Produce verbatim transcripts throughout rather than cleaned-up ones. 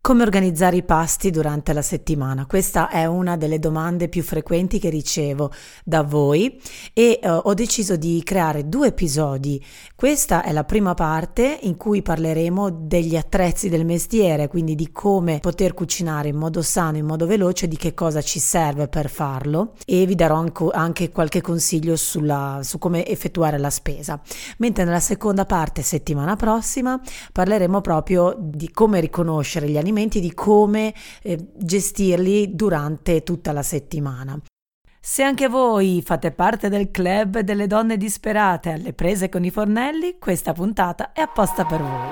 Come organizzare i pasti durante la settimana? Questa è una delle domande più frequenti che ricevo da voi e eh, ho deciso di creare due episodi. Questa è la prima parte in cui parleremo degli attrezzi del mestiere, quindi di come poter cucinare in modo sano, in modo veloce, di che cosa ci serve per farlo e vi darò anche, anche qualche consiglio sulla, su come effettuare la spesa. Mentre nella seconda parte, settimana prossima, parleremo proprio di come riconoscere gli alimenti, di come eh, gestirli durante tutta la settimana. Se anche voi fate parte del club delle donne disperate alle prese con i fornelli, questa puntata è apposta per voi.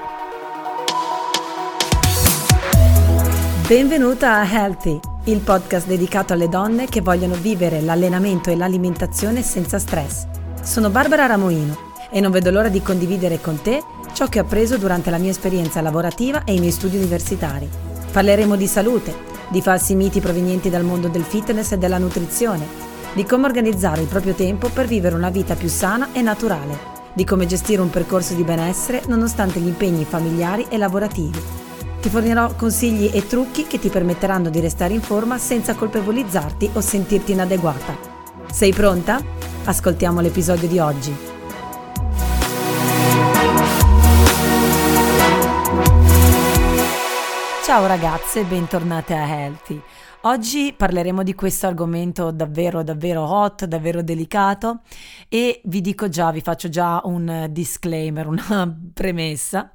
Benvenuta a Healthy, il podcast dedicato alle donne che vogliono vivere l'allenamento e l'alimentazione senza stress. Sono Barbara Ramoino e non vedo l'ora di condividere con te ciò che ho appreso durante la mia esperienza lavorativa e i miei studi universitari. Parleremo di salute, di falsi miti provenienti dal mondo del fitness e della nutrizione, di come organizzare il proprio tempo per vivere una vita più sana e naturale, di come gestire un percorso di benessere nonostante gli impegni familiari e lavorativi. Ti fornirò consigli e trucchi che ti permetteranno di restare in forma senza colpevolizzarti o sentirti inadeguata. Sei pronta? Ascoltiamo l'episodio di oggi. Ciao ragazze, bentornate a Healthy. Oggi parleremo di questo argomento davvero davvero hot, davvero delicato e vi dico già, vi faccio già un disclaimer, una premessa.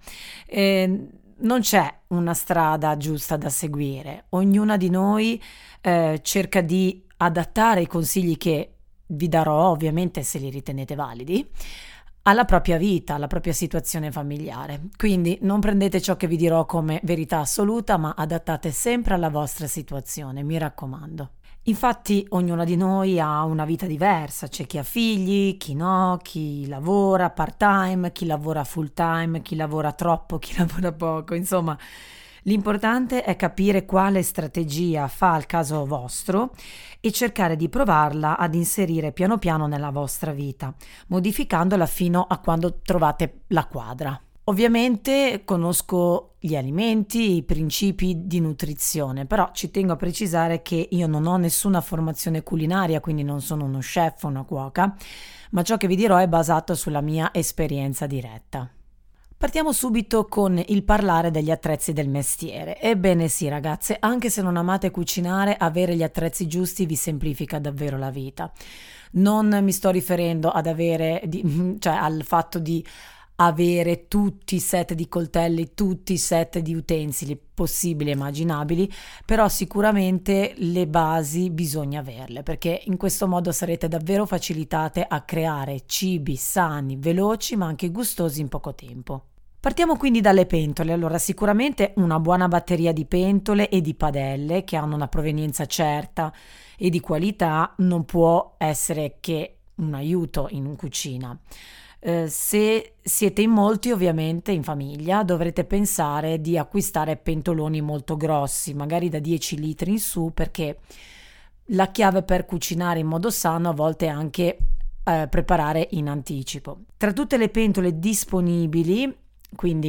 Eh, non c'è una strada giusta da seguire, ognuna di noi eh, cerca di adattare i consigli che vi darò, ovviamente se li ritenete validi, alla propria vita, alla propria situazione familiare. Quindi non prendete ciò che vi dirò come verità assoluta, ma adattate sempre alla vostra situazione, mi raccomando. Infatti ognuna di noi ha una vita diversa, c'è chi ha figli, chi no, chi lavora part-time, chi lavora full-time, chi lavora troppo, chi lavora poco, insomma. L'importante è capire quale strategia fa al caso vostro e cercare di provarla ad inserire piano piano nella vostra vita, modificandola fino a quando trovate la quadra. Ovviamente conosco gli alimenti, i principi di nutrizione, però ci tengo a precisare che io non ho nessuna formazione culinaria, quindi non sono uno chef o una cuoca, ma ciò che vi dirò è basato sulla mia esperienza diretta. Partiamo subito con il parlare degli attrezzi del mestiere. Ebbene sì ragazze, anche se non amate cucinare, avere gli attrezzi giusti vi semplifica davvero la vita. Non mi sto riferendo ad avere, di, cioè al fatto di avere tutti i set di coltelli, tutti i set di utensili possibili e immaginabili, però sicuramente le basi bisogna averle, perché in questo modo sarete davvero facilitate a creare cibi sani, veloci ma anche gustosi in poco tempo. Partiamo quindi dalle pentole. Allora, sicuramente una buona batteria di pentole e di padelle che hanno una provenienza certa e di qualità non può essere che un aiuto in cucina. Eh, se siete in molti, ovviamente in famiglia, dovrete pensare di acquistare pentoloni molto grossi, magari da dieci litri in su, perché la chiave per cucinare in modo sano a volte è anche eh, preparare in anticipo. Tra tutte le pentole disponibili, quindi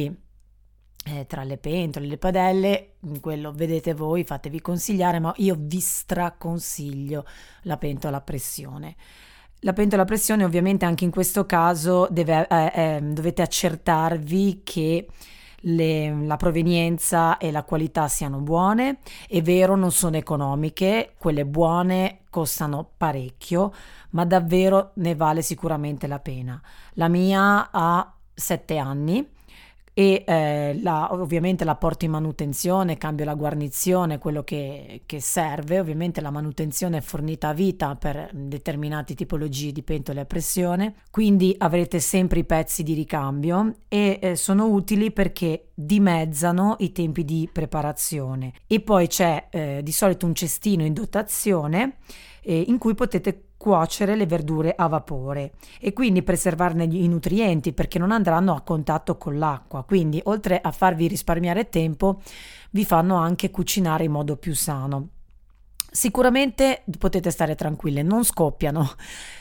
eh, tra le pentole e le padelle, quello vedete voi, fatevi consigliare, ma io vi straconsiglio la pentola a pressione. La pentola a pressione ovviamente anche in questo caso deve, eh, eh, dovete accertarvi che le, la provenienza e la qualità siano buone. È vero, non sono economiche, quelle buone costano parecchio, ma davvero ne vale sicuramente la pena. La mia ha sette anni e eh, la, ovviamente la porto in manutenzione, cambio la guarnizione, quello che, che serve. Ovviamente la manutenzione è fornita a vita per determinate tipologie di pentole a pressione, quindi avrete sempre i pezzi di ricambio e eh, sono utili perché dimezzano i tempi di preparazione. E poi c'è eh, di solito un cestino in dotazione eh, in cui potete cuocere le verdure a vapore e quindi preservarne i nutrienti, perché non andranno a contatto con l'acqua. Quindi oltre a farvi risparmiare tempo vi fanno anche cucinare in modo più sano. Sicuramente potete stare tranquille, non scoppiano.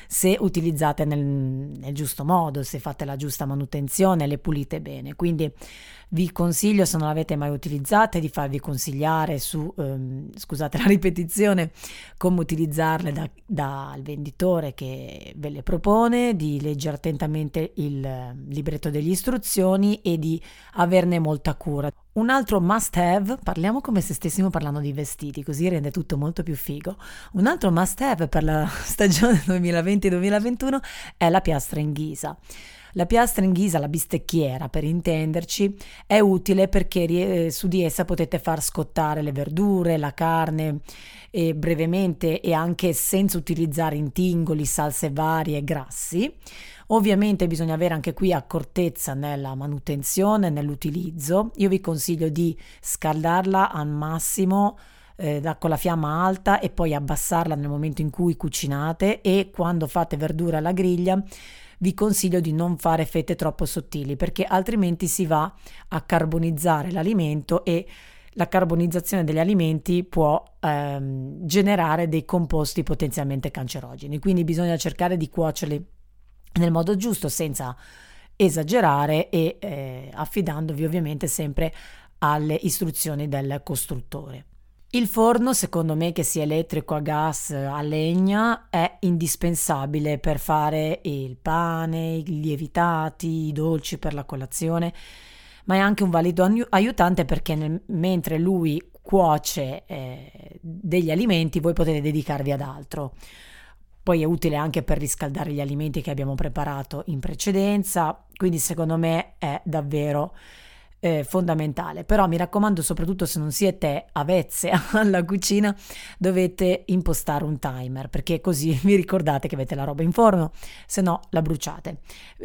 se utilizzate nel, nel giusto modo, se fate la giusta manutenzione, le pulite bene. Quindi vi consiglio, se non l'avete mai utilizzate, di farvi consigliare su, ehm, scusate la ripetizione, come utilizzarle da, dal venditore che ve le propone, di leggere attentamente il libretto delle istruzioni e di averne molta cura. Un altro must have, parliamo come se stessimo parlando di vestiti, così rende tutto molto più figo. Un altro must have per la stagione duemilaventi duemilaventuno è la piastra in ghisa. La piastra in ghisa, la bistecchiera per intenderci, è utile perché eh, su di essa potete far scottare le verdure, la carne e brevemente e anche senza utilizzare intingoli, salse varie e grassi. Ovviamente bisogna avere anche qui accortezza nella manutenzione, nell'utilizzo. Io vi consiglio di scaldarla al massimo eh, da, con la fiamma alta e poi abbassarla nel momento in cui cucinate, e quando fate verdura alla griglia vi consiglio di non fare fette troppo sottili, perché altrimenti si va a carbonizzare l'alimento e la carbonizzazione degli alimenti può ehm, generare dei composti potenzialmente cancerogeni. Quindi bisogna cercare di cuocerli nel modo giusto, senza esagerare e eh, affidandovi ovviamente sempre alle istruzioni del costruttore. Il forno, secondo me, che sia elettrico, a gas, a legna, è indispensabile per fare il pane, i lievitati, i dolci per la colazione, ma è anche un valido aiutante perché nel, mentre lui cuoce eh, degli alimenti, voi potete dedicarvi ad altro. Poi è utile anche per riscaldare gli alimenti che abbiamo preparato in precedenza, quindi secondo me è davvero Eh, fondamentale. Però mi raccomando, soprattutto se non siete avvezze alla cucina, dovete impostare un timer, perché così vi ricordate che avete la roba in forno, se no la bruciate.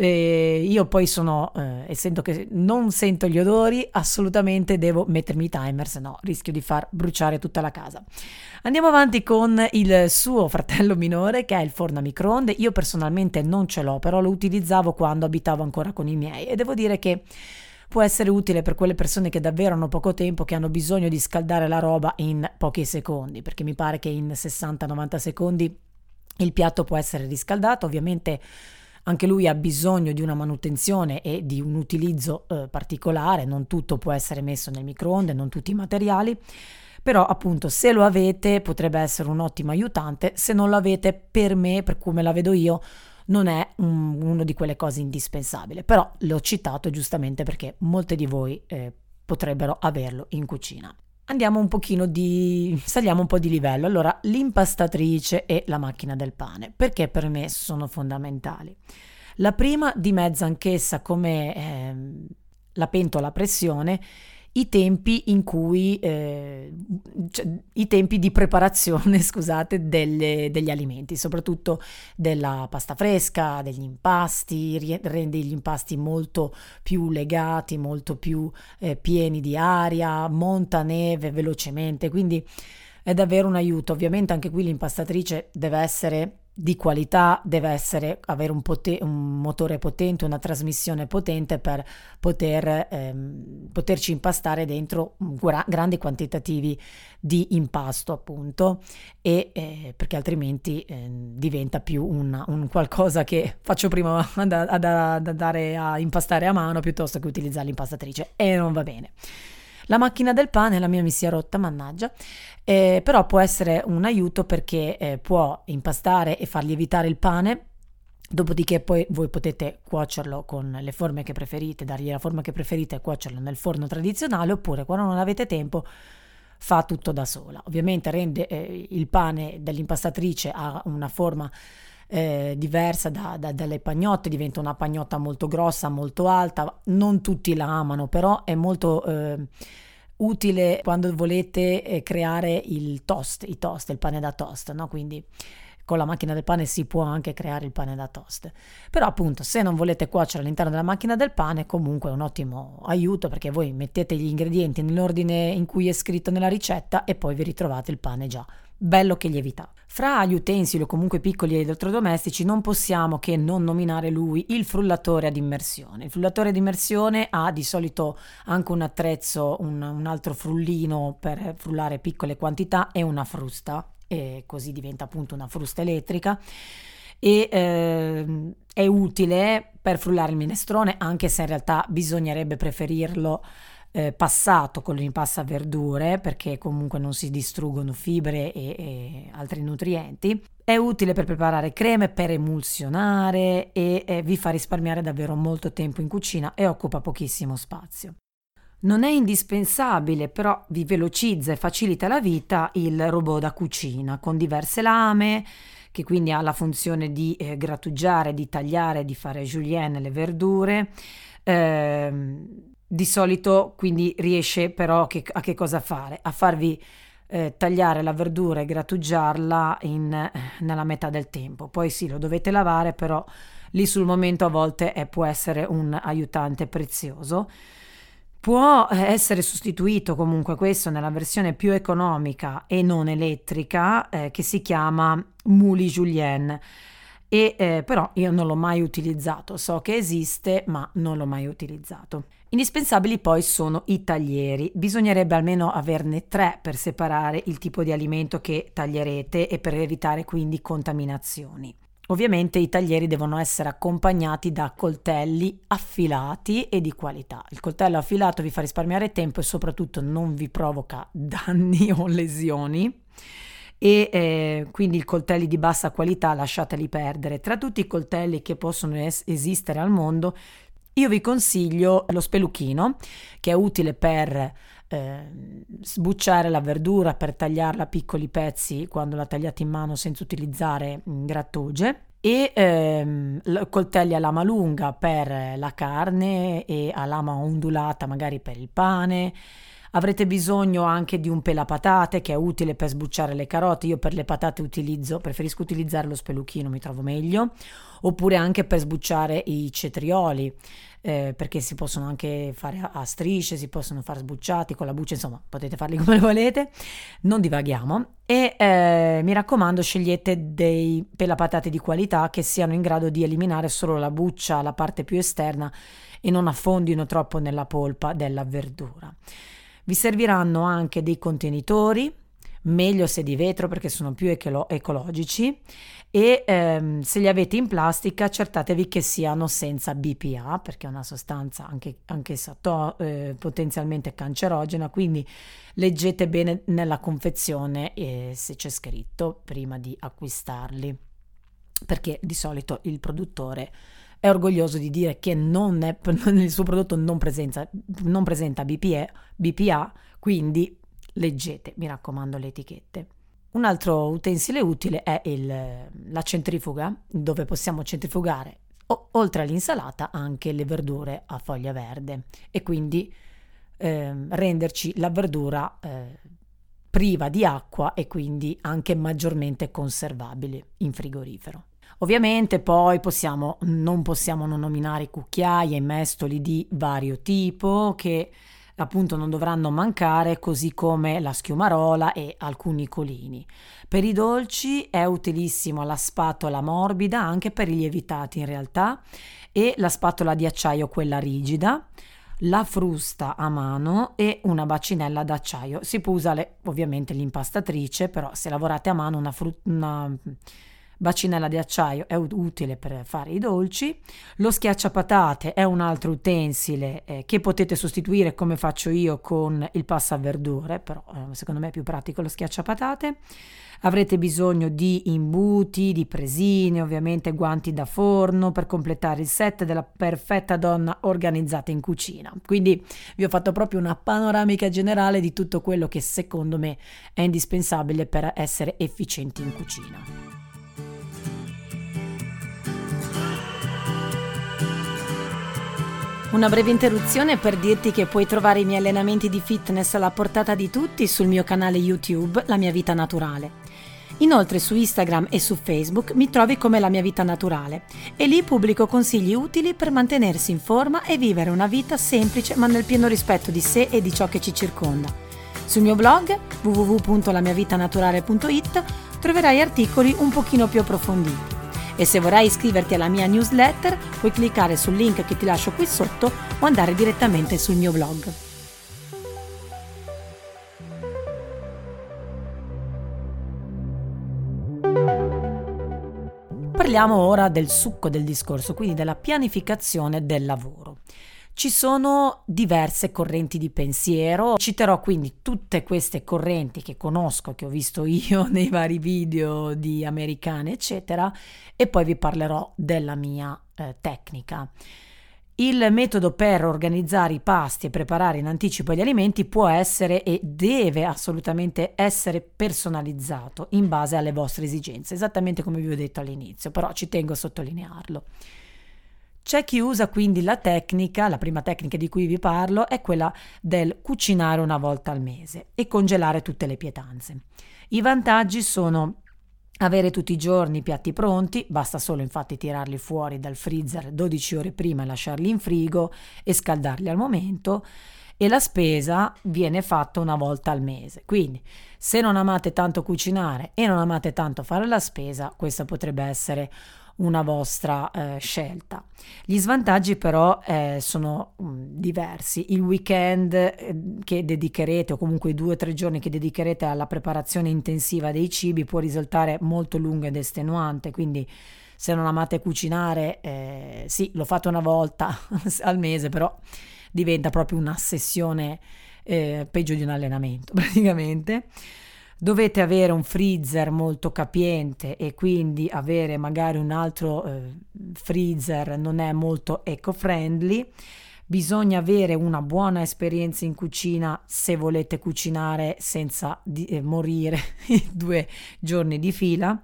Eh, io poi sono, eh, essendo che non sento gli odori, assolutamente devo mettermi i timer, se no rischio di far bruciare tutta la casa. Andiamo avanti con il suo fratello minore, che è il forno a microonde. Io personalmente non ce l'ho, però lo utilizzavo quando abitavo ancora con i miei e devo dire che può essere utile per quelle persone che davvero hanno poco tempo, che hanno bisogno di scaldare la roba in pochi secondi, perché mi pare che in sessanta novanta secondi il piatto può essere riscaldato. Ovviamente anche lui ha bisogno di una manutenzione e di un utilizzo eh, particolare, non tutto può essere messo nel microonde, non tutti i materiali, però appunto se lo avete potrebbe essere un ottimo aiutante. Se non lo avete, per me, per come la vedo io, non è un, uno di quelle cose indispensabili, però l'ho citato giustamente perché molte di voi eh, potrebbero averlo in cucina. Andiamo un pochino di... saliamo un po' di livello. Allora, l'impastatrice e la macchina del pane, perché per me sono fondamentali. La prima dimezza anch'essa come eh, la pentola a pressione i tempi in cui eh, cioè, i tempi di preparazione, scusate, delle, degli alimenti, soprattutto della pasta fresca, degli impasti, rende gli impasti molto più legati, molto più eh, pieni di aria, monta neve velocemente, quindi è davvero un aiuto. Ovviamente anche qui l'impastatrice deve essere di qualità, deve essere avere un, pote- un motore potente, una trasmissione potente per poter ehm, poterci impastare dentro gra- grandi quantitativi di impasto, appunto, e eh, perché altrimenti eh, diventa più una, un qualcosa che faccio prima ad, ad, ad andare a impastare a mano piuttosto che utilizzare l'impastatrice, e non va bene. La macchina del pane, la mia mi si è rotta, mannaggia, eh, però può essere un aiuto perché eh, può impastare e far lievitare il pane, dopodiché poi voi potete cuocerlo con le forme che preferite, dargli la forma che preferite e cuocerlo nel forno tradizionale, oppure quando non avete tempo fa tutto da sola. Ovviamente rende eh, il pane dell'impastatrice ha una forma Eh, diversa da, da, dalle pagnotte, diventa una pagnotta molto grossa, molto alta, non tutti la amano, però è molto eh, utile quando volete eh, creare il toast, i toast, il pane da toast, no? Quindi con la macchina del pane si può anche creare il pane da toast, però appunto se non volete cuocere all'interno della macchina del pane, comunque è un ottimo aiuto, perché voi mettete gli ingredienti nell'ordine in cui è scritto nella ricetta e poi vi ritrovate il pane già bello che lievita. Fra gli utensili o comunque piccoli elettrodomestici non possiamo che non nominare lui, il frullatore ad immersione. Il frullatore ad immersione ha di solito anche un attrezzo, un, un altro frullino per frullare piccole quantità e una frusta, e così diventa appunto una frusta elettrica. e eh, è utile per frullare il minestrone, anche se in realtà bisognerebbe preferirlo eh, passato con l'impasto a verdure, perché comunque non si distruggono fibre e, e altri nutrienti. È utile per preparare creme, per emulsionare e, e vi fa risparmiare davvero molto tempo in cucina e occupa pochissimo spazio. Non è indispensabile, però vi velocizza e facilita la vita il robot da cucina con diverse lame, che quindi ha la funzione di eh, grattugiare, di tagliare, di fare julienne le verdure. Ehm, di solito quindi riesce però che- a che cosa fare? A farvi eh, tagliare la verdura e grattugiarla in, eh, nella metà del tempo. Poi sì, lo dovete lavare, però lì sul momento a volte eh, può essere un aiutante prezioso. Può eh, essere sostituito comunque questo nella versione più economica e non elettrica eh, che si chiama Mouli Julienne e eh, però io non l'ho mai utilizzato, so che esiste ma non l'ho mai utilizzato. Indispensabili poi sono i taglieri, bisognerebbe almeno averne tre per separare il tipo di alimento che taglierete e per evitare quindi contaminazioni. Ovviamente i taglieri devono essere accompagnati da coltelli affilati e di qualità. Il coltello affilato vi fa risparmiare tempo e soprattutto non vi provoca danni o lesioni. E eh, quindi i coltelli di bassa qualità lasciateli perdere. Tra tutti i coltelli che possono es- esistere al mondo, io vi consiglio lo speluchino, che è utile per eh, sbucciare la verdura, per tagliarla a piccoli pezzi quando la tagliate in mano senza utilizzare mh, grattugie, e ehm, l- coltelli a lama lunga per la carne e a lama ondulata magari per il pane. Avrete bisogno anche di un pelapatate che è utile per sbucciare le carote. Io per le patate utilizzo, preferisco utilizzare lo speluchino, mi trovo meglio, oppure anche per sbucciare i cetrioli, eh, perché si possono anche fare a, a strisce, si possono fare sbucciati con la buccia, insomma, potete farli come volete, non divaghiamo. E eh, mi raccomando, scegliete dei pelapatate di qualità che siano in grado di eliminare solo la buccia, la parte più esterna, e non affondino troppo nella polpa della verdura. Vi serviranno anche dei contenitori, meglio se di vetro perché sono più ecolo- ecologici, e ehm, se li avete in plastica accertatevi che siano senza B P A, perché è una sostanza anche, anch'essa to- eh, potenzialmente cancerogena, quindi leggete bene nella confezione eh, se c'è scritto prima di acquistarli, perché di solito il produttore è orgoglioso di dire che non è, il suo prodotto non presenta, non presenta B P A, B P A, quindi leggete, mi raccomando, le etichette. Un altro utensile utile è il, la centrifuga, dove possiamo centrifugare, o, oltre all'insalata, anche le verdure a foglia verde e quindi eh, renderci la verdura eh, priva di acqua e quindi anche maggiormente conservabile in frigorifero. Ovviamente poi possiamo, non possiamo non nominare cucchiai e mestoli di vario tipo che appunto non dovranno mancare, così come la schiumarola e alcuni colini. Per i dolci è utilissimo la spatola morbida, anche per i lievitati in realtà, e la spatola di acciaio, quella rigida, la frusta a mano e una bacinella d'acciaio. Si può usare ovviamente l'impastatrice, però se lavorate a mano una, fru- una bacinella di acciaio è utile per fare i dolci. Lo schiacciapatate è un altro utensile eh, che potete sostituire come faccio io con il passaverdure, però eh, secondo me è più pratico lo schiacciapatate. Avrete bisogno di imbuti, di presine, ovviamente guanti da forno per completare il set della perfetta donna organizzata in cucina. Quindi vi ho fatto proprio una panoramica generale di tutto quello che secondo me è indispensabile per essere efficienti in cucina. Una breve interruzione per dirti che puoi trovare i miei allenamenti di fitness alla portata di tutti sul mio canale YouTube La Mia Vita Naturale. Inoltre su Instagram e su Facebook mi trovi come La Mia Vita Naturale e lì pubblico consigli utili per mantenersi in forma e vivere una vita semplice ma nel pieno rispetto di sé e di ciò che ci circonda. Sul mio blog w w w punto la mia vita naturale punto i t troverai articoli un pochino più approfonditi. E se vorrai iscriverti alla mia newsletter, puoi cliccare sul link che ti lascio qui sotto o andare direttamente sul mio blog. Parliamo ora del succo del discorso, quindi della pianificazione del lavoro. Ci sono diverse correnti di pensiero, citerò quindi tutte queste correnti che conosco, che ho visto io nei vari video di americane, eccetera, e poi vi parlerò della mia eh, tecnica. Il metodo per organizzare i pasti e preparare in anticipo gli alimenti può essere e deve assolutamente essere personalizzato in base alle vostre esigenze, esattamente come vi ho detto all'inizio, però ci tengo a sottolinearlo. C'è chi usa quindi la tecnica, la prima tecnica di cui vi parlo è quella del cucinare una volta al mese e congelare tutte le pietanze. I vantaggi sono avere tutti i giorni i piatti pronti, basta solo infatti tirarli fuori dal freezer dodici ore prima e lasciarli in frigo e scaldarli al momento, e la spesa viene fatta una volta al mese. Quindi se non amate tanto cucinare e non amate tanto fare la spesa, questa potrebbe essere una vostra eh, scelta. Gli svantaggi però eh, sono mh, diversi. Il weekend eh, che dedicherete, o comunque i due o tre giorni che dedicherete alla preparazione intensiva dei cibi, può risultare molto lungo ed estenuante, quindi se non amate cucinare, eh, sì, lo fate una volta al mese, però diventa proprio una sessione eh, peggio di un allenamento praticamente. Dovete avere un freezer molto capiente e quindi avere magari un altro eh, freezer non è molto eco-friendly. Bisogna avere una buona esperienza in cucina se volete cucinare senza di, eh, morire due giorni di fila.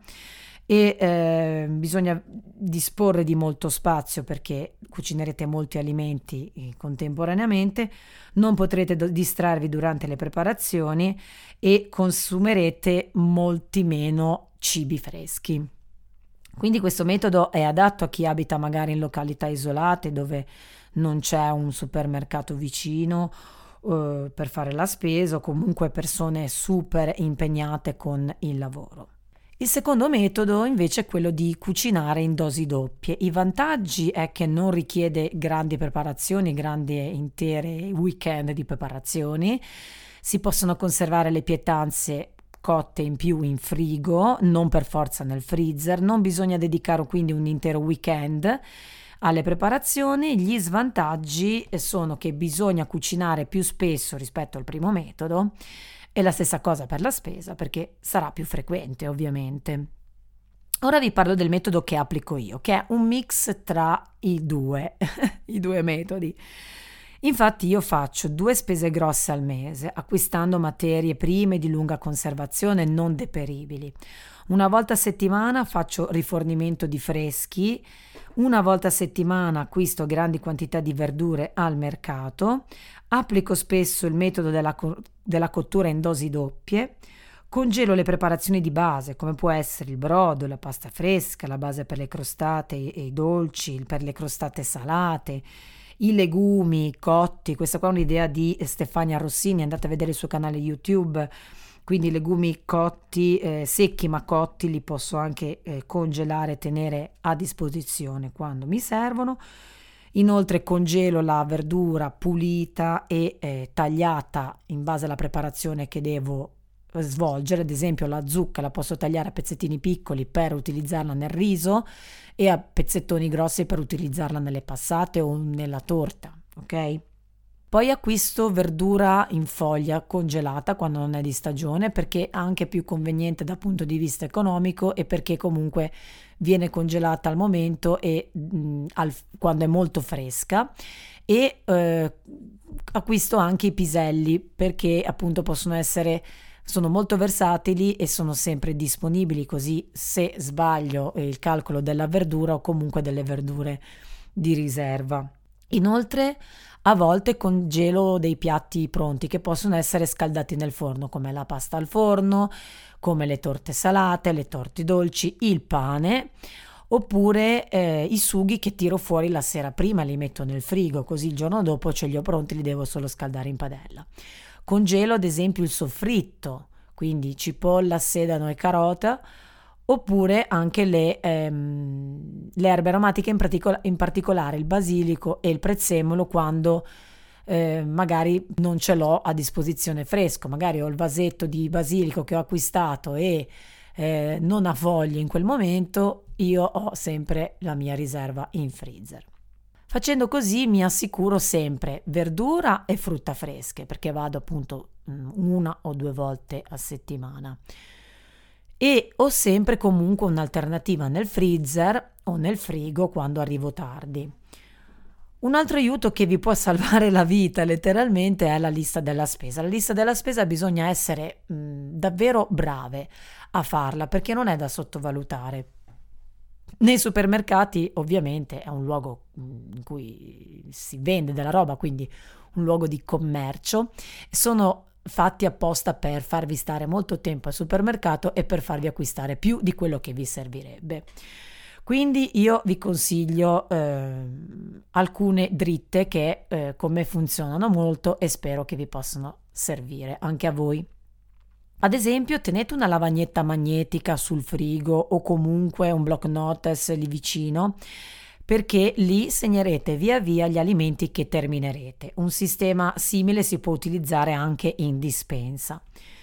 E eh, bisogna disporre di molto spazio perché cucinerete molti alimenti eh, contemporaneamente, non potrete do- distrarvi durante le preparazioni e consumerete molti meno cibi freschi. Quindi questo metodo è adatto a chi abita magari in località isolate dove non c'è un supermercato vicino eh, per fare la spesa, o comunque persone super impegnate con il lavoro. Il secondo metodo invece è quello di cucinare in dosi doppie. I vantaggi è che non richiede grandi preparazioni, grandi intere weekend di preparazioni. Si possono conservare le pietanze cotte in più in frigo, non per forza nel freezer. Non bisogna dedicare quindi un intero weekend alle preparazioni. Gli svantaggi sono che bisogna cucinare più spesso rispetto al primo metodo. E la stessa cosa per la spesa, perché sarà più frequente ovviamente. Ora vi parlo del metodo che applico io, che è un mix tra i due, i due metodi. Infatti io faccio due spese grosse al mese, acquistando materie prime di lunga conservazione non deperibili. Una volta a settimana faccio rifornimento di freschi, una volta a settimana acquisto grandi quantità di verdure al mercato, applico spesso il metodo della, co- della cottura in dosi doppie, congelo le preparazioni di base, come può essere il brodo, la pasta fresca, la base per le crostate e i dolci, per le crostate salate, i legumi cotti. Questa qua è un'idea di Stefania Rossini, andate a vedere il suo canale YouTube. Quindi i legumi cotti, eh, secchi ma cotti, li posso anche eh, congelare e tenere a disposizione quando mi servono. Inoltre congelo la verdura pulita e eh, tagliata in base alla preparazione che devo svolgere. Ad esempio la zucca la posso tagliare a pezzettini piccoli per utilizzarla nel riso e a pezzettoni grossi per utilizzarla nelle passate o nella torta, ok? Poi acquisto verdura in foglia congelata quando non è di stagione, perché è anche più conveniente dal punto di vista economico e perché comunque viene congelata al momento e mh, al, quando è molto fresca. E eh, acquisto anche i piselli perché appunto possono essere, sono molto versatili e sono sempre disponibili, così se sbaglio il calcolo della verdura o comunque delle verdure di riserva. Inoltre a volte congelo dei piatti pronti che possono essere scaldati nel forno, come la pasta al forno, come le torte salate, le torte dolci, il pane, oppure eh, i sughi che tiro fuori la sera prima, li metto nel frigo, così il giorno dopo ce li ho pronti, li devo solo scaldare in padella. Congelo ad esempio il soffritto, quindi cipolla, sedano e carota, oppure anche le, ehm, le erbe aromatiche, in, particola- in particolare il basilico e il prezzemolo, quando eh, magari non ce l'ho a disposizione fresco. Magari ho il vasetto di basilico che ho acquistato e eh, non ha voglia in quel momento, io ho sempre la mia riserva in freezer. Facendo così mi assicuro sempre verdura e frutta fresche, perché vado appunto una o due volte a settimana. E ho sempre comunque un'alternativa nel freezer o nel frigo quando arrivo tardi. Un altro aiuto che vi può salvare la vita letteralmente è la lista della spesa. La lista della spesa bisogna essere mh, davvero brave a farla, perché non è da sottovalutare. Nei supermercati ovviamente è un luogo in cui si vende della roba, quindi un luogo di commercio. Sono fatti apposta per farvi stare molto tempo al supermercato e per farvi acquistare più di quello che vi servirebbe. Quindi io vi consiglio eh, alcune dritte che eh, con me funzionano molto e spero che vi possano servire anche a voi. Ad esempio, tenete una lavagnetta magnetica sul frigo o comunque un block notice lì vicino, perché lì segnerete via via gli alimenti che terminerete. Un sistema simile si può utilizzare anche in dispensa.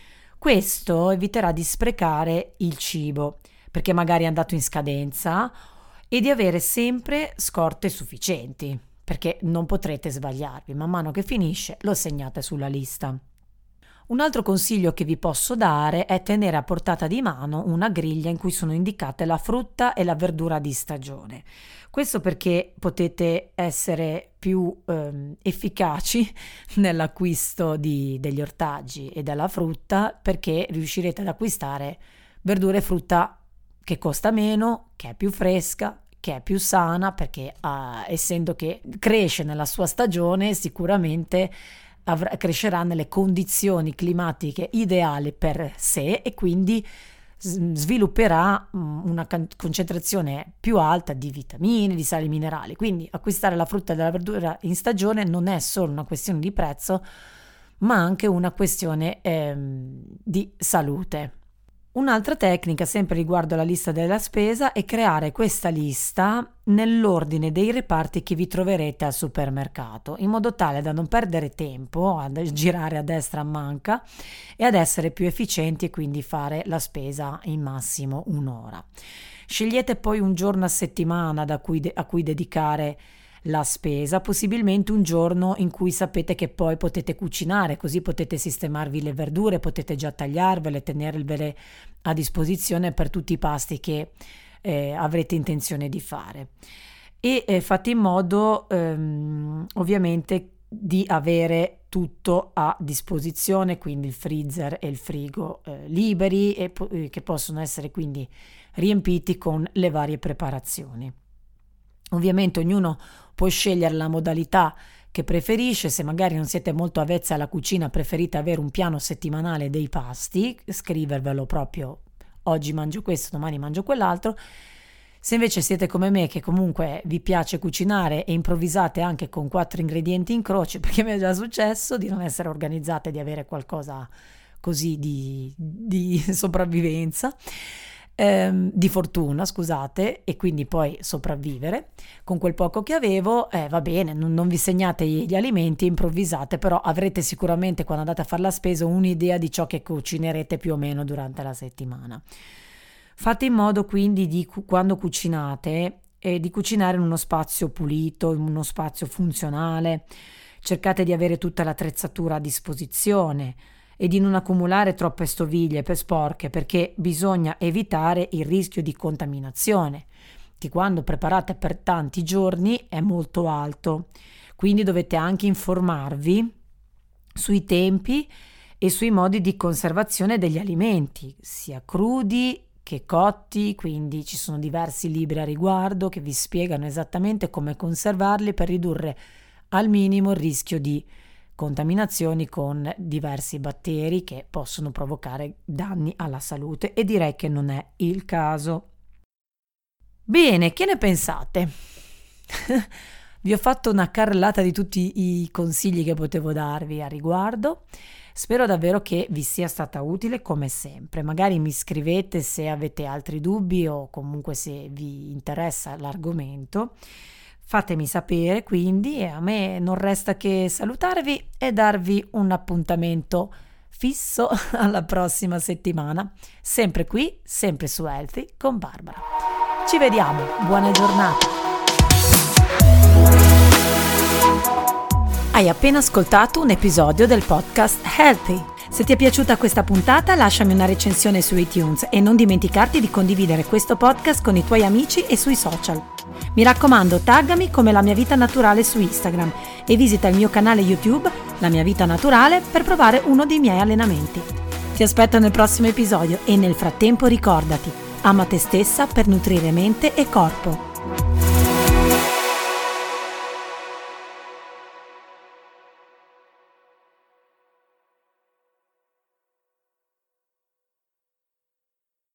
Questo eviterà di sprecare il cibo, perché magari è andato in scadenza, e di avere sempre scorte sufficienti, perché non potrete sbagliarvi. Man mano che finisce lo segnate sulla lista. Un altro consiglio che vi posso dare è tenere a portata di mano una griglia in cui sono indicate la frutta e la verdura di stagione. Questo perché potete essere più ehm, efficaci nell'acquisto di, degli ortaggi e della frutta, perché riuscirete ad acquistare verdura e frutta che costa meno, che è più fresca, che è più sana, perché ah, essendo che cresce nella sua stagione sicuramente Avrà, crescerà nelle condizioni climatiche ideali per sé e quindi s- svilupperà mh, una can- concentrazione più alta di vitamine, di sali minerali. Quindi acquistare la frutta e la verdura in stagione non è solo una questione di prezzo, ma anche una questione ehm, di salute. Un'altra tecnica, sempre riguardo alla lista della spesa, è creare questa lista nell'ordine dei reparti che vi troverete al supermercato, in modo tale da non perdere tempo a girare a destra a manca e ad essere più efficienti e quindi fare la spesa in massimo un'ora. Scegliete poi un giorno a settimana da cui de- a cui dedicare la spesa, possibilmente un giorno in cui sapete che poi potete cucinare, così potete sistemarvi le verdure, potete già tagliarvele, tenervele a disposizione per tutti i pasti che eh, avrete intenzione di fare. E eh, fate in modo ehm, ovviamente di avere tutto a disposizione, quindi il freezer e il frigo eh, liberi e po- eh, che possono essere quindi riempiti con le varie preparazioni. Ovviamente ognuno può scegliere la modalità che preferisce. Se magari non siete molto avvezzi alla cucina, preferite avere un piano settimanale dei pasti, scrivervelo proprio: oggi mangio questo, domani mangio quell'altro. Se invece siete come me, che comunque vi piace cucinare e improvvisate anche con quattro ingredienti in croce, perché mi è già successo di non essere organizzate, di avere qualcosa così di, di sopravvivenza, ehm, di fortuna, scusate, e quindi poi sopravvivere con quel poco che avevo, eh, va bene, non, non vi segnate gli alimenti, improvvisate, però avrete sicuramente, quando andate a fare la spesa, un'idea di ciò che cucinerete più o meno durante la settimana. Fate in modo quindi di, quando cucinate, eh, di cucinare in uno spazio pulito, in uno spazio funzionale. Cercate di avere tutta l'attrezzatura a disposizione e di non accumulare troppe stoviglie per sporche, perché bisogna evitare il rischio di contaminazione, che quando preparate per tanti giorni è molto alto. Quindi dovete anche informarvi sui tempi e sui modi di conservazione degli alimenti, sia crudi che cotti, quindi ci sono diversi libri a riguardo che vi spiegano esattamente come conservarli per ridurre al minimo il rischio di contaminazioni con diversi batteri che possono provocare danni alla salute, e direi che non è il caso. Bene, che ne pensate? Vi ho fatto una carrellata di tutti i consigli che potevo darvi a riguardo. Spero davvero che vi sia stata utile come sempre. Magari mi scrivete se avete altri dubbi o comunque se vi interessa l'argomento. Fatemi sapere quindi, e a me non resta che salutarvi e darvi un appuntamento fisso alla prossima settimana, sempre qui, sempre su Healthy con Barbara. Ci vediamo, buona giornata! Hai appena ascoltato un episodio del podcast Healthy. Se ti è piaciuta questa puntata, lasciami una recensione su iTunes e non dimenticarti di condividere questo podcast con i tuoi amici e sui social. Mi raccomando, taggami come La Mia Vita Naturale su Instagram e visita il mio canale YouTube La Mia Vita Naturale per provare uno dei miei allenamenti. Ti aspetto nel prossimo episodio e nel frattempo ricordati, ama te stessa per nutrire mente e corpo.